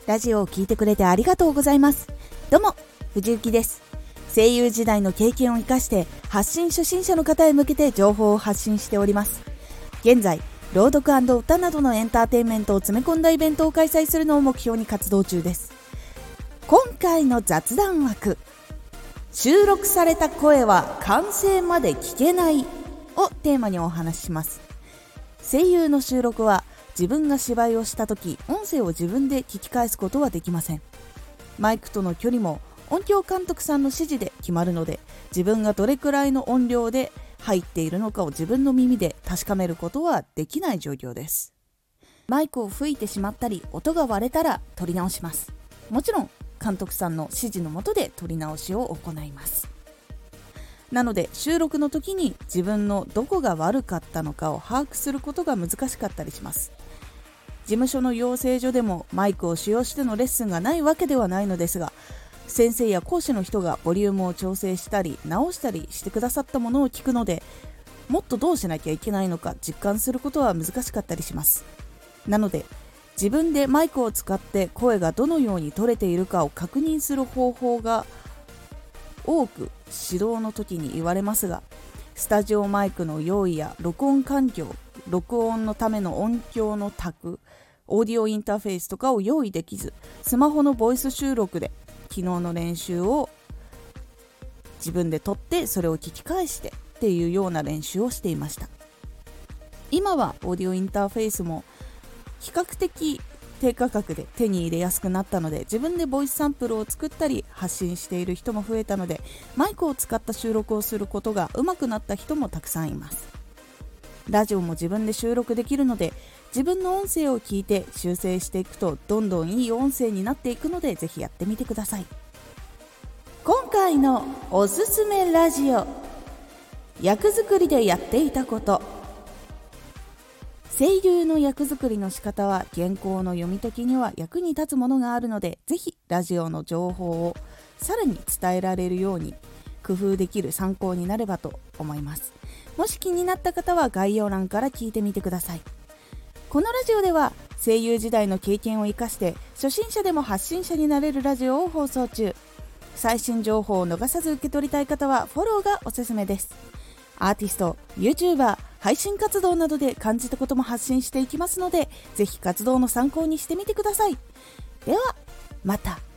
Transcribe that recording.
ラジオを聞いてくれてありがとうございます。どうも藤幸です。声優時代の経験を生かして発信初心者の方へ向けて情報を発信しております。現在朗読&歌などのエンターテインメントを詰め込んだイベントを開催するのを目標に活動中です。今回の雑談枠、収録された声は完成まで聞けないをテーマにお話しします。声優の収録は自分が芝居をした時、音声を自分で聞き返すことはできません。マイクとの距離も音響監督さんの指示で決まるので、自分がどれくらいの音量で入っているのかを自分の耳で確かめることはできない状況です。マイクを吹いてしまったり音が割れたら撮り直します。もちろん監督さんの指示の下で撮り直しを行います。なので収録の時に自分のどこが悪かったのかを把握することが難しかったりします。事務所の養成所でもマイクを使用してのレッスンがないわけではないのですが、先生や講師の人がボリュームを調整したり直したりしてくださったものを聞くので、もっとどうしなきゃいけないのか実感することは難しかったりします。なので自分でマイクを使って声がどのように取れているかを確認する方法が多く指導の時に言われますが、スタジオマイクの用意や録音環境、録音のための音響の卓、オーディオインターフェースとかを用意できず、スマホのボイス収録で昨日の練習を自分で撮ってそれを聞き返してっていうような練習をしていました。今はオーディオインターフェースも比較的低価格で手に入れやすくなったので、自分でボイスサンプルを作ったり発信している人も増えたので、マイクを使った収録をすることが上手くなった人もたくさんいます。ラジオも自分で収録できるので、自分の音声を聞いて修正していくとどんどんいい音声になっていくので、ぜひやってみてください。今回のおすすめラジオ、役作りでやっていたこと。声優の役作りの仕方は原稿の読み解きには役に立つものがあるので、ぜひラジオの情報をさらに伝えられるように工夫できる参考になればと思います。もし気になった方は概要欄から聞いてみてください。このラジオでは声優時代の経験を生かして初心者でも発信者になれるラジオを放送中。最新情報を逃さず受け取りたい方はフォローがおすすめです。アーティスト、YouTuber、配信活動などで感じたことも発信していきますので、ぜひ活動の参考にしてみてください。ではまた。